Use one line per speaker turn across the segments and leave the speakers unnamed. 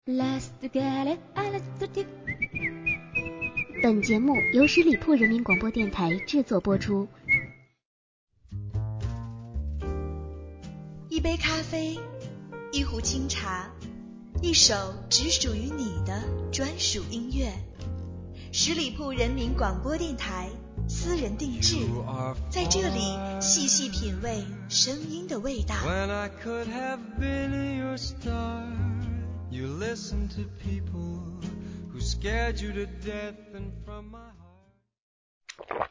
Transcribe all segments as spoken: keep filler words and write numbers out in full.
本节目由十里铺人民广播电台制作播出。
一杯咖啡，一壶清茶，一首只属于你的专属音乐。十里铺人民广播电台私人定制，在这里细细品味声音的味道。
When I could have been your star, you listen to people who scared you to death, and from my heart.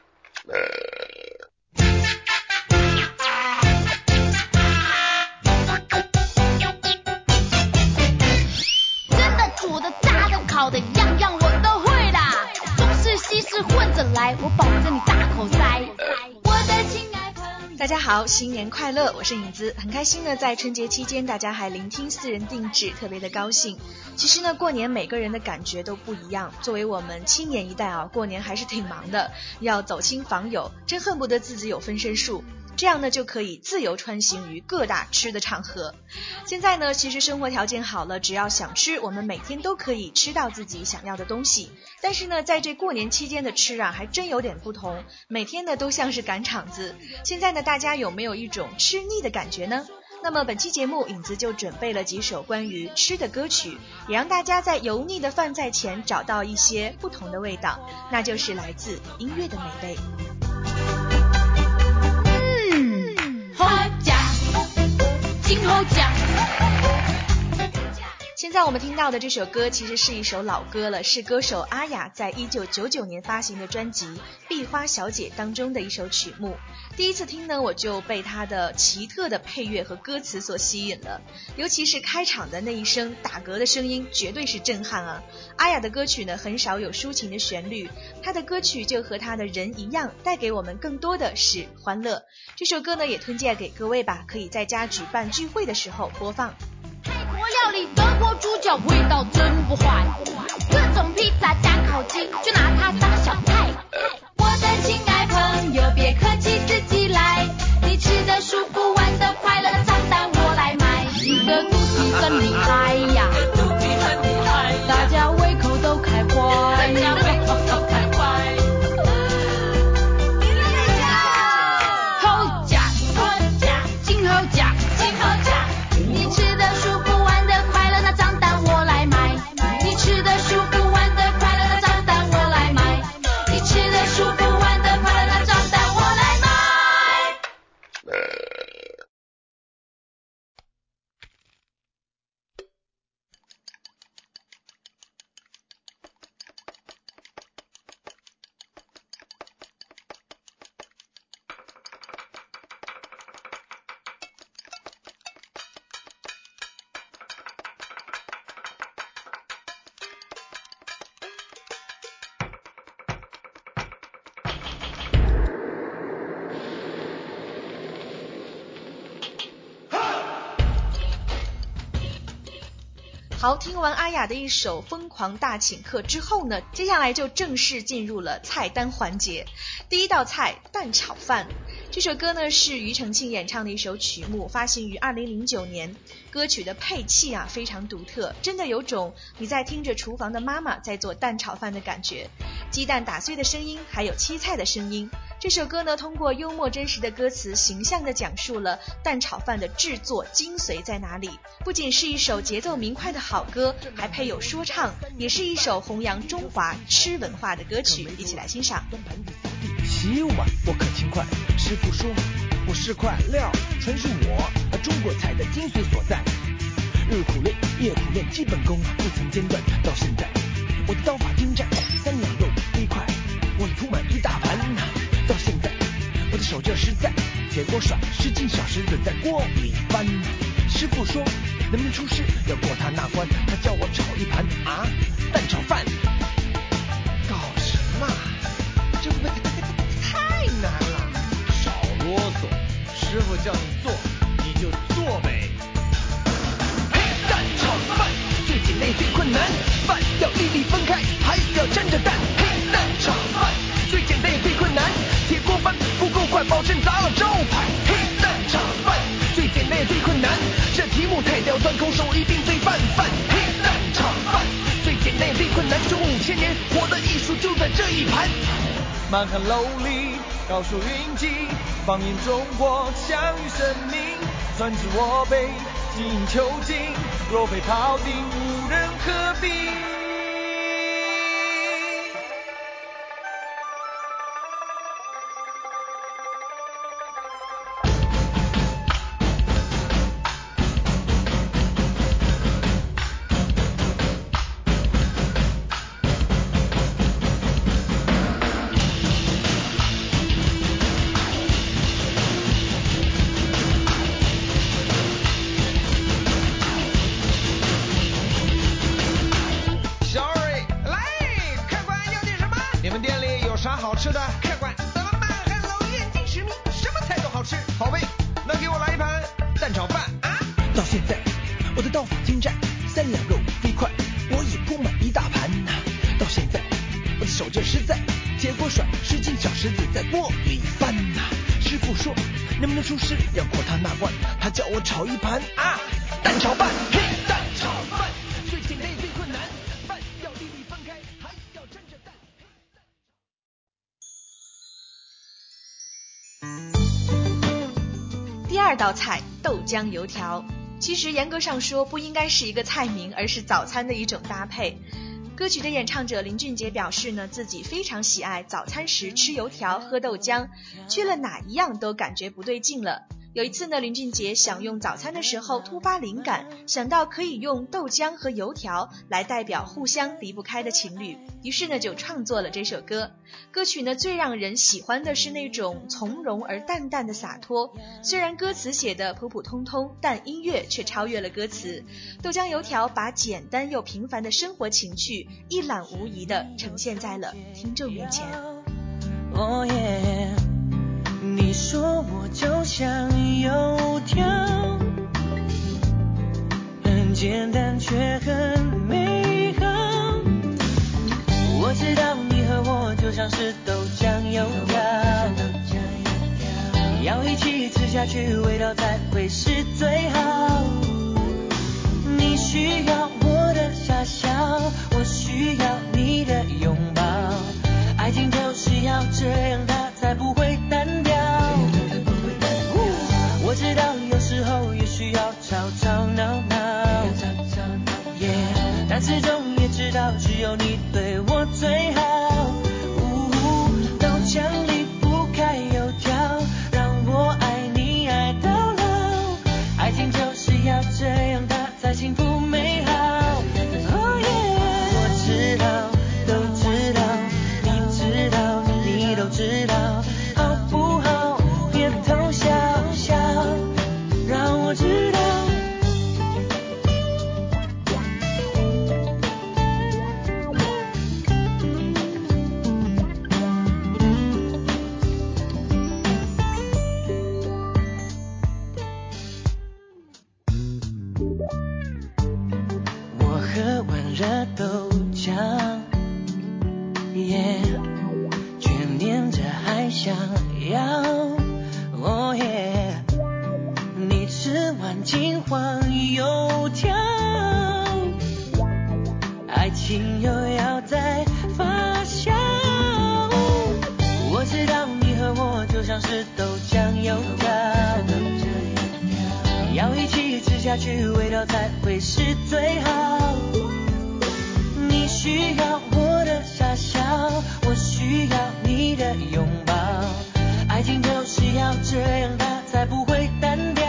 蒸的、煮的、炸的、烤的，样样我都会啦。中式西式混着来，我保证你大口塞。我的亲爱朋友，
大家好，新年快乐，我是影子，很开心呢，在春节期间大家还聆听私人定制，特别的高兴。其实呢，过年每个人的感觉都不一样，作为我们青年一代啊，过年还是挺忙的，要走亲访友，真恨不得自己有分身术，这样呢就可以自由穿行于各大吃的场合。现在呢，其实生活条件好了，只要想吃，我们每天都可以吃到自己想要的东西。但是呢，在这过年期间的吃啊，还真有点不同，每天呢都像是赶场子。现在呢，大家有没有一种吃腻的感觉呢？那么本期节目，影子就准备了几首关于吃的歌曲，也让大家在油腻的饭菜前找到一些不同的味道，那就是来自音乐的美味。
嗯，好假，真好假。
现在我们听到的这首歌其实是一首老歌了，是歌手阿雅在一九九九年发行的专辑《壁花小姐》当中的一首曲目。第一次听呢，我就被它的奇特的配乐和歌词所吸引了，尤其是开场的那一声打嗝的声音，绝对是震撼啊！阿雅的歌曲呢，很少有抒情的旋律，她的歌曲就和她的人一样，带给我们更多的是欢乐。这首歌呢，也推荐给各位吧，可以在家举办聚会的时候播放。
泰国料理德国猪脚味道真不坏，各种披萨加烤鸡，就拿它当小菜。我的亲爱朋友，别客气，自己来，你吃的舒服，玩的快乐，账单我来买。你的肚皮真厉害呀，肚皮很厉害，大家胃口都开怀，大家胃口都开怀。好假，好假，真好假，真好假。你吃的舒服，玩的快乐，那账单我来买。你吃的舒服，玩的快乐，那账单我来买。你吃的舒服，玩的快乐，那账单我来买。
好，听完阿雅的一首《疯狂大请客》之后呢，接下来就正式进入了菜单环节。第一道菜，蛋炒饭。这首歌呢是庾澄庆演唱的一首曲目，发行于二零零九年。歌曲的配器啊非常独特，真的有种你在听着厨房的妈妈在做蛋炒饭的感觉。鸡蛋打碎的声音，还有切菜的声音。这首歌呢，通过幽默真实的歌词，形象地讲述了蛋炒饭的制作精髓在哪里。不仅是一首节奏明快的好歌，还配有说唱，也是一首弘扬中华吃文化的歌曲。一起来欣赏。
洗碗我可勤快，师傅说我是块料，全是我中国菜的精髓所在。日苦练，夜苦练，基本功不曾间断，到现在我的刀法精湛，三两肉一块，我已铺满一大盘。到现在我的手劲实在，铁锅甩十斤小石子在锅里翻。师傅说能不能出师，要过他那关，他叫我炒一盘啊蛋炒饭。搞什么？这会不会太难了？少啰嗦，师傅叫你做你就做呗。嘿，蛋炒饭最简单也最困难，饭要粒粒分开，还要沾着蛋。嘿，蛋炒饭最简单也最困难，铁锅翻不够快，保证砸了招牌。嘿，蛋炒饭最简单也最困难，这题目太刁钻，空手一定最泛泛。嘿，蛋满汉楼里高手云集，放眼中国强于生命，专治我辈精益求精，若非庖丁无人可比。
第二道菜豆浆油条，其实严格上说不应该是一个菜名，而是早餐的一种搭配。歌曲的演唱者林俊杰表示呢，自己非常喜爱早餐时吃油条喝豆浆，缺了哪一样都感觉不对劲了。有一次呢，林俊杰享用早餐的时候突发灵感，想到可以用豆浆和油条来代表互相离不开的情侣，于是呢就创作了这首歌。歌曲呢最让人喜欢的是那种从容而淡淡的洒脱，虽然歌词写的普普通通，但音乐却超越了歌词。豆浆油条把简单又平凡的生活情趣一览无遗地呈现在了听众面前。
Oh yeah， 你说我就像油条，很简单却很美好。我知道你和我就像是豆浆油条，要一起吃下去味道才会是最好。你需要我的傻笑，我需要你的拥抱，爱情就是要这样它才不会单调。我知道有时候也需要吵吵闹闹， yeah， 但始终也知道只有你对我最好。豆浆离不开油条，让我爱你爱到老，爱情就是要这样它才幸福美好。 Oh yeah， 我知道都知道，你知道你都知道，好不好别偷笑笑，让我知道。我喝完热豆浆， yeah， 却念着还想要。 Oh yeah， 你吃完金黄油条，爱情又要再发酵。我知道你和我就像是豆浆油条，要一起吃下去味道才会是最好。你需要我的傻笑，我需要你的拥抱，爱情就是要这样它才不会单调。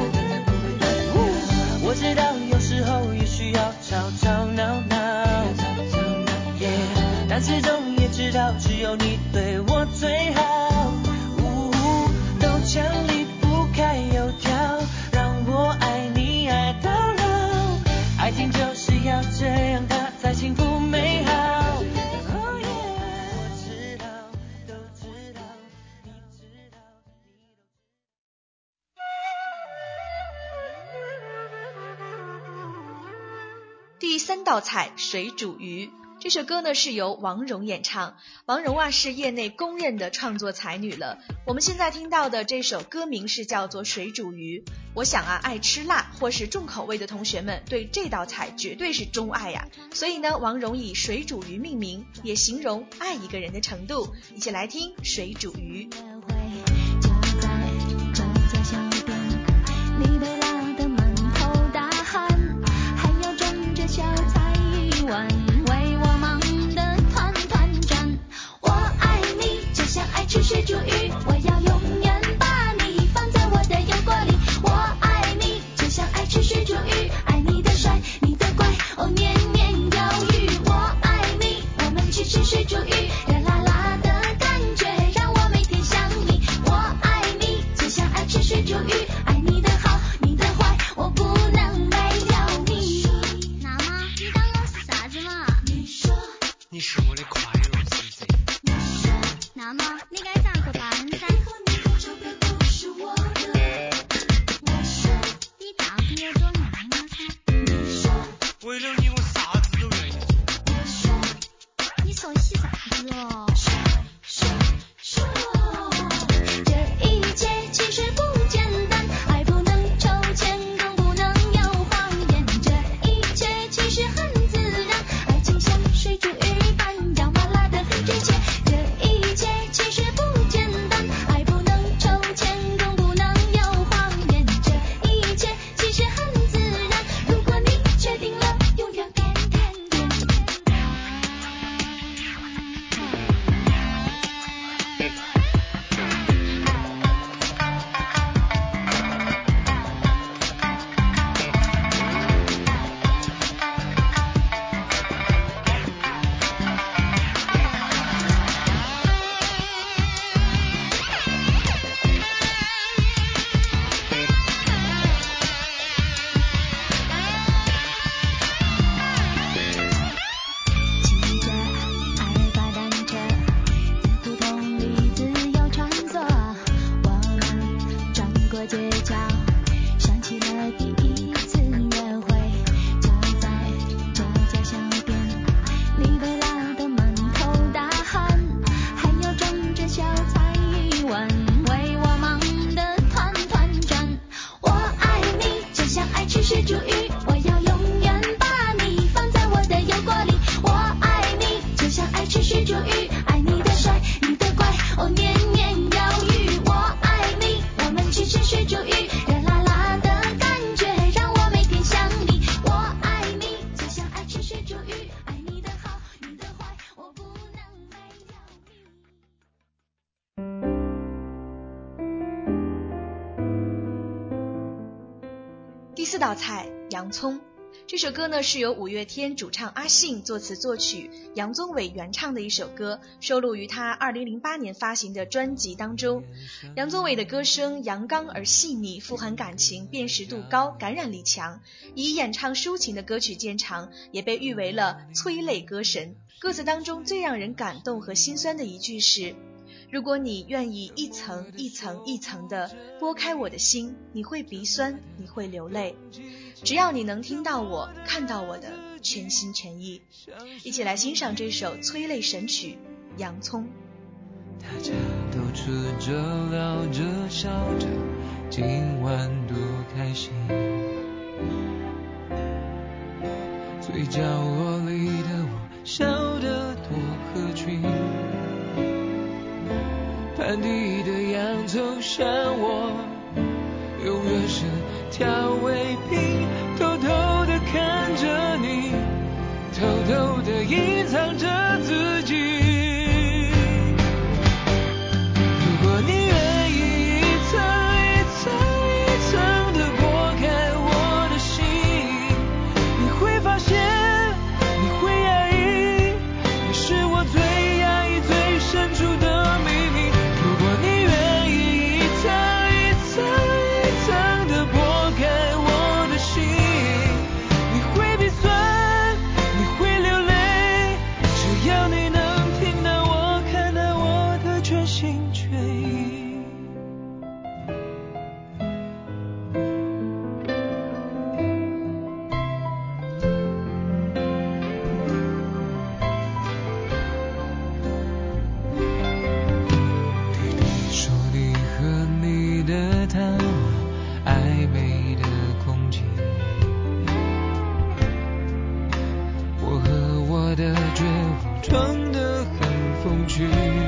我知道有时候也需要吵吵闹闹， yeah， 但始终也知道只有你对我最好。豆浆离不开油条，让我爱你爱到老，爱情就是要这样它才幸福美好。 Oh yeah， 我知道都知道，你知道你都
第三道菜水煮鱼， 这首歌呢是由王蓉演唱，王蓉啊是业内公认的创作才女了。我们现在听到的这首歌名是叫做水煮鱼。我想啊，爱吃辣或是重口味的同学们对这道菜绝对是钟爱呀、啊。所以呢，王蓉以水煮鱼命名，也形容爱一个人的程度。一起来听水煮鱼。
你被辣得满头大汗，还要装着小菜一碗，为我忙得团团转。我爱你就像爱吃水煮鱼，我要永远把你放在我的油锅里。我爱你就像爱吃水煮鱼，爱你的帅，你的乖，哦年年有余。我爱你，我们去吃水煮鱼，热辣辣的感觉让我每天想你。我爱你就像爱吃水煮鱼，爱你的好，你的坏，我不能没有你。
那么你当我是啥子嘛？
你说
你是我的快乐之子。
你说
那么你该咋个办噻？
以后你的钞票都是我的。我说
你到底有多爱我噻？
你说
为了你我啥子都愿意做。
我说
你说些啥子哦？
说说这一切其实不简单，爱不能抽签，更不能有谎言。这一切其实很自然，爱情像水煮鱼般要麻辣的很直接。这一切其实不简单，爱不能抽签，更不能有谎言。这一切其实很自然，如果你确定了，永远点点点。骑着二八单车，在胡同里自由穿梭。我们穿过街角，想起了第一次约会，就在这家小店。你被辣得满头大汗，还要装着小菜一碗，为我忙得团团转。我爱你就像爱吃水煮鱼，我要永远把你放在我的油锅里。我爱你就像爱吃水煮鱼，爱你的帅，你的乖，哦年年有余。我爱你，我们去吃水煮鱼，热辣辣的感觉让我每天想你。我爱你就像爱吃水煮鱼，爱你的好，你的坏，我不能没有你。
第四道菜，洋葱。这首歌呢是由五月天主唱阿信作词作曲，杨宗纬原唱的一首歌，收录于他二零零八年发行的专辑当中。杨宗纬的歌声阳刚而细腻，富含感情，辨识度高，感染力强，以演唱抒情的歌曲见长，也被誉为了催泪歌神。歌词当中最让人感动和心酸的一句是：如果你愿意一层一层一层地剥开我的心，你会鼻酸，你会流泪，只要你能听到我，看到我的全心全意。一起来欣赏这首催泪神曲《洋葱》。
大家都吃着聊着笑着，今晚多开心，最角落里的我笑得多合群，盘底的洋葱像我永远是调味品，偷偷地看着你，偷偷地隐藏着自己。如果你愿意一层一层一层地剥开我的心，你会发现你会压抑，你是我最压抑最深处的秘密。如果你愿意一层一层一层地剥开我的心，你会鼻酸，你会流泪，只要你能我的绝望装得很风趣，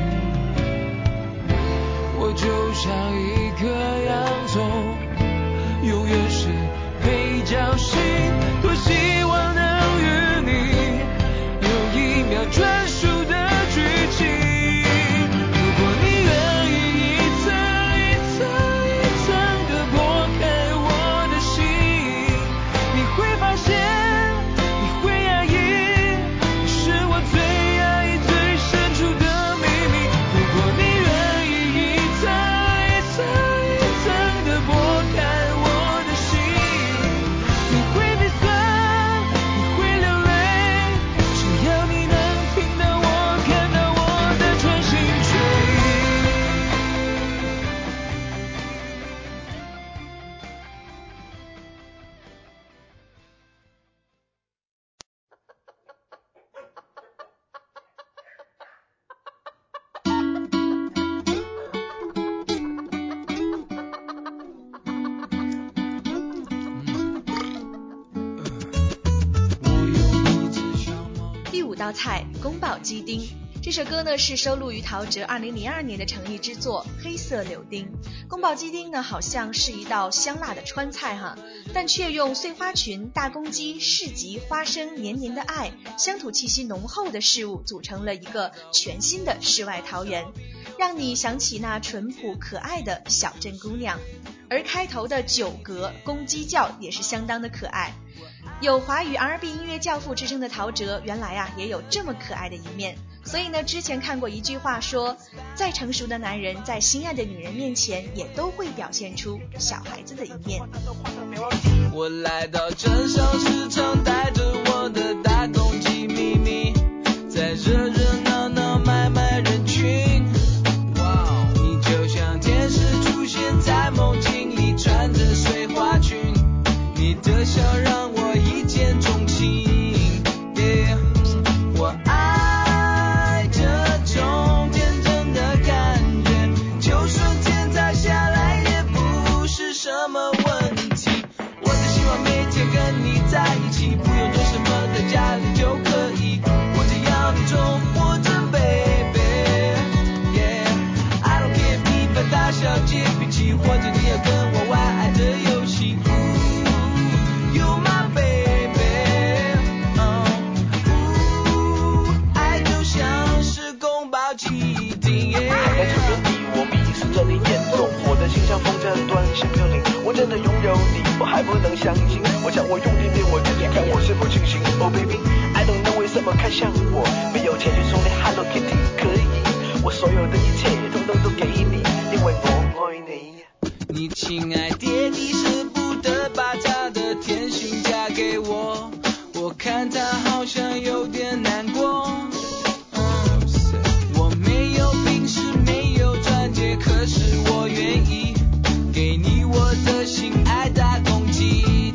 我就像一颗洋葱，永远是配角戏，多希望能与你有一秒专属的剧情。如果你愿意一层一层一层地剥开我的心，你会发现你会压抑，你是我最压抑最深处的秘密。如果你愿意一层一层一层地剥开我的心，你会鼻酸，你会流泪，只要你能听到我，看到我的全心全意。
第五道菜宫保鸡丁，这首歌呢是收录于陶喆二零零二年的诚意之作《黑色柳丁》。宫保鸡丁呢好像是一道香辣的川菜哈，但却用碎花裙、大公鸡、市集、花生、黏黏的爱、乡土气息浓厚的事物组成了一个全新的世外桃源，让你想起那淳朴可爱的小镇姑娘。而开头的九格公鸡叫也是相当的可爱。有华语 R and B 音乐教父之称的陶喆，原来啊也有这么可爱的一面。所以呢，之前看过一句话说，再成熟的男人在心爱的女人面前，也都会表现出小孩子的一面。
我来到镇上市场，带着我的大公鸡咪咪，在热热闹闹买卖人群。哇，你就像天使出现在梦境里，穿着碎花裙，你的笑让我一见钟情。Yeah, 我爱这种天真的感觉，就算天塌下来也不是什么问题。我只希望每天跟你在一起，不用做什么在家里就可以，我只要你宠我着 baby。 Yeah, I don't care 你把大小姐脾气，或者你要跟我玩爱的游戏。You my baby, oh, 爱就像是宫保鸡丁。
在这原地，我迷失着你眼中，我的心像风筝断线飘零。我真的拥有你，我还不能相信。我想我用力对我自己，看我是否清醒。Oh baby, I don't know 为什么看向我，没有钱去送你 Hello Kitty 可以，我所有的一切统统都给你，因为我爱你。
你亲爱爹地舍不得把他的甜心嫁给我，我看他好像有点难过。我没有平时没有钻戒，可是我愿意给你我的心爱大公鸡。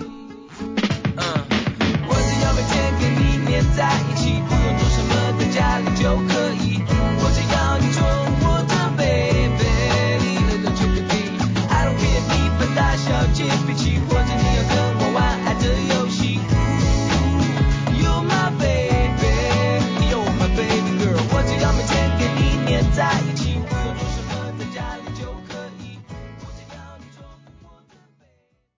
我只要每天跟你黏在一起，不用做什么在家里就可以，我只要你宠我的 baby。 I don't care 你把大小姐脾气，或者你要跟我玩爱的游戏。You're my baby, you're my baby girl， 我只要每天跟你黏在一起，不用做什么在家里就可以，我只要你宠我的 baby。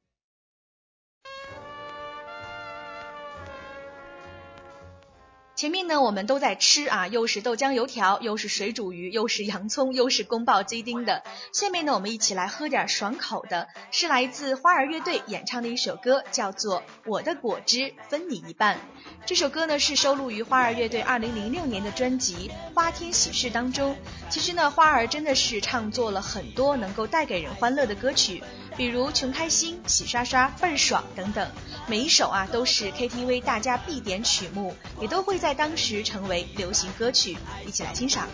前面呢我们都在吃啊，又是豆浆油条，又是水煮鱼，又是洋葱，又是宫保鸡丁的。下面呢我们一起来喝点爽口的，是来自花儿乐队演唱的一首歌，叫做《我的果汁分你一半》。这首歌呢是收录于花儿乐队二零零六年的专辑《花天喜事》当中。其实呢花儿真的是唱作了很多能够带给人欢乐的歌曲，比如《穷开心》、洗刷刷、倍儿爽等等，每一首啊都是 K T V 大家必点曲目，也都会在当时成为流行歌曲。一起来欣赏。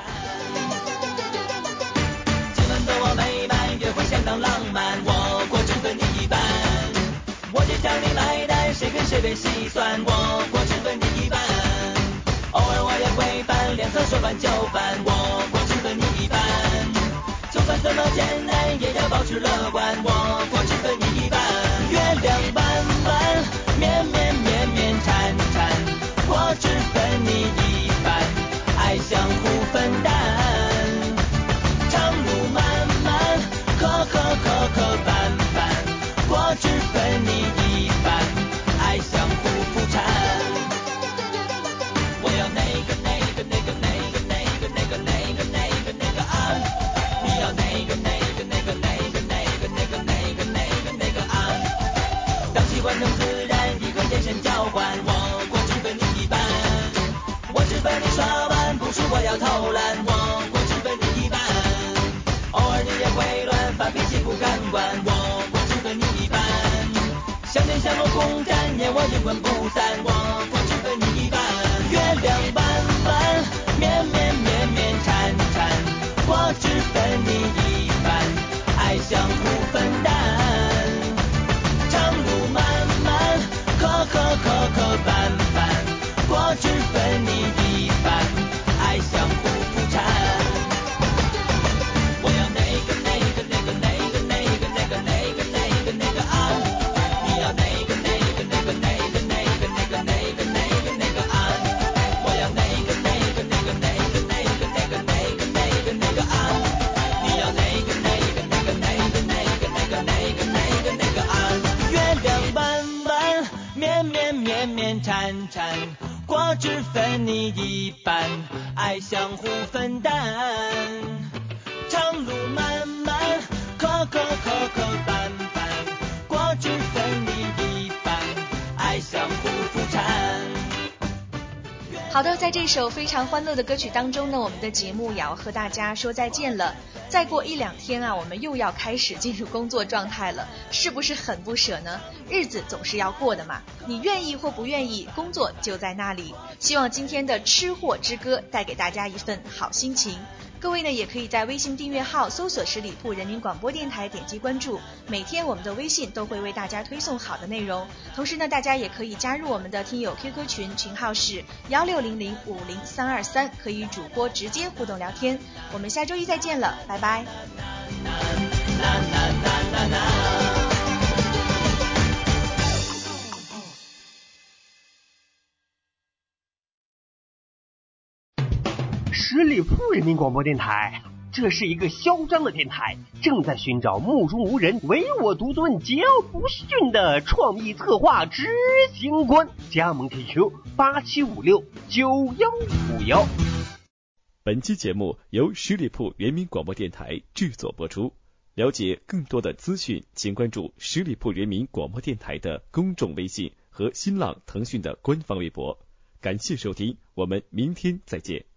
今晚的我美满，约会相当浪漫，我果汁分你一半，我只叫你买单，谁跟谁被细算，我果汁分你一半，偶尔我也会犯，脸色说翻就翻，我果汁分你一半，就算怎么艰难也要保持乐观，我果汁分你一半，月亮弯弯，绵绵绵绵缠缠，果汁分产，果汁分你一半，爱相互分担。长路漫漫，磕磕磕磕绊绊，果汁分你一半，爱相互扶搀。
好的，在这首非常欢乐的歌曲当中呢，我们的节目也要和大家说再见了。再过一两天啊，我们又要开始进入工作状态了，是不是很不舍呢？日子总是要过的嘛，你愿意或不愿意，工作就在那里。希望今天的吃货之歌带给大家一份好心情。各位呢，也可以在微信订阅号搜索十里铺人民广播电台，点击关注，每天我们的微信都会为大家推送好的内容。同时呢，大家也可以加入我们的听友 Q Q 群，群号是幺六零零五零三二三，可以主播直接互动聊天。我们下周一再见了，拜拜。
十里铺人民广播电台，这是一个嚣张的电台，正在寻找目中无人、唯我独尊、桀骜不驯的创意策划执行官。加盟 Q Q 八七五六九幺五幺。
本期节目由十里铺人民广播电台制作播出。了解更多的资讯，请关注十里铺人民广播电台的公众微信和新浪、腾讯的官方微博。感谢收听，我们明天再见。